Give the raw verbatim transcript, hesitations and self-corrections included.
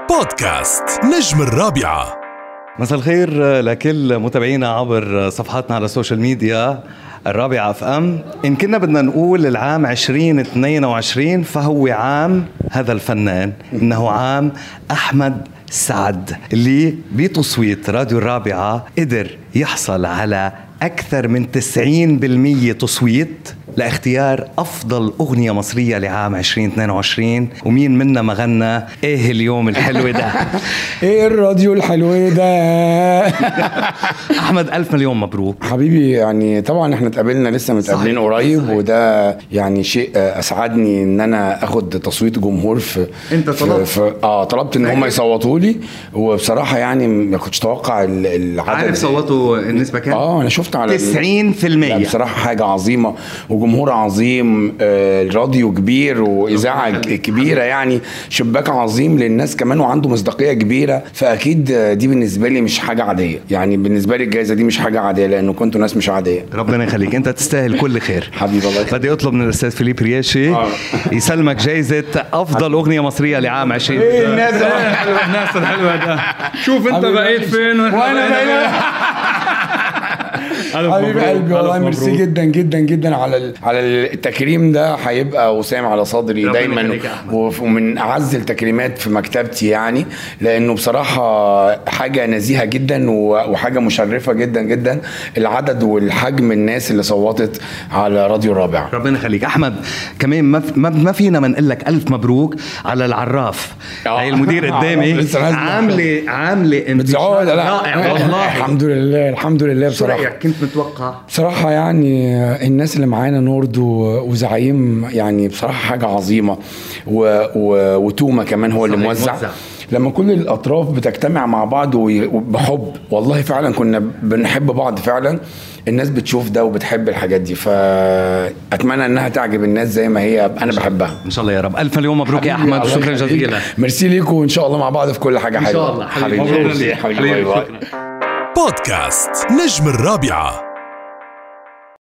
بودكاست نجم الرابعة. مساء الخير لكل متابعينا عبر صفحاتنا على السوشيال ميديا الرابعة اف ام. إن كنا بدنا نقول العام عشرين اثنين وعشرين فهو عام هذا الفنان، إنه عام أحمد سعد، اللي بتصويت راديو الرابعة قدر يحصل على أكثر من تسعين بالمية تصويت لاختيار أفضل أغنية مصرية لعام عشرين اثنين وعشرين. ومين منا ما غنى إيه اليوم الحلو ده؟ إيه الراديو الحلو ده؟ أحمد ألف مليون مبروك حبيبي. يعني طبعا احنا تقابلنا لسه متقابلين قريب، صحيح. وده يعني شيء أسعدني إن أنا أخد تصويت جمهور في أنت طلبت في آه طلبت إن هم يصوتوا لي، وبصراحة يعني ما كنتش توقع العدد. عارف صوتوا النسبة كام؟ آه أنا شفت على تسعين في المية. بصراحة حاجة عظيمة وجمهور عظيم، الراديو كبير وإذاعة كبيرة، يعني شباك عظيم للناس كمان، وعنده مصداقية كبيرة. فأكيد دي بالنسبة لي مش حاجة عادية، يعني بالنسبة لي الجائزة دي مش حاجة عادية، لأنه كنتوا ناس مش عادية. ربنا يخليك، أنت تستاهل كل خير حبيبي. الله بدي أطلب من الأستاذ فيليب رياشي آه. يسلمك جائزة أفضل أغنية مصرية لعام عشرين. إيه الناس الحلوة الناس الحلوة ده. شوف أنت بقيت فين وأنا بقيت. حبيبي قلبي والله ميرسي جدا جدا جدا على على التكريم ده. هيبقى وسام على صدري دايما، ومن اعز التكريمات في مكتبتي، يعني لانه بصراحه حاجه نزيهه جدا وحاجه مشرفه جدا جدا، العدد والحجم الناس اللي صوتت على راديو الرابعه. ربنا يخليك احمد. كمان ما ما فينا ما نقول لك الف مبروك على العراف. هي المدير قدامي عامله عامله انتشار رائع والله. الحمد لله الحمد لله. بصراحه كنت متوقع بصراحة يعني الناس اللي معانا نورد وزعيم، يعني بصراحة حاجة عظيمة، وتومة كمان هو اللي موزع. موزع لما كل الأطراف بتجتمع مع بعض وبحب، والله فعلا كنا بنحب بعض فعلا. الناس بتشوف ده وبتحب الحاجات دي، فأتمنى أنها تعجب الناس زي ما هي أنا بحبها إن شاء الله يا رب. ألف مليون مبروك يا أحمد، شكرا جزيلا. ميرسي ليكم، وإن شاء الله مع بعض في كل حاجة حلوة. إن شاء الله حبيبي. بودكاست نجم الرابعة.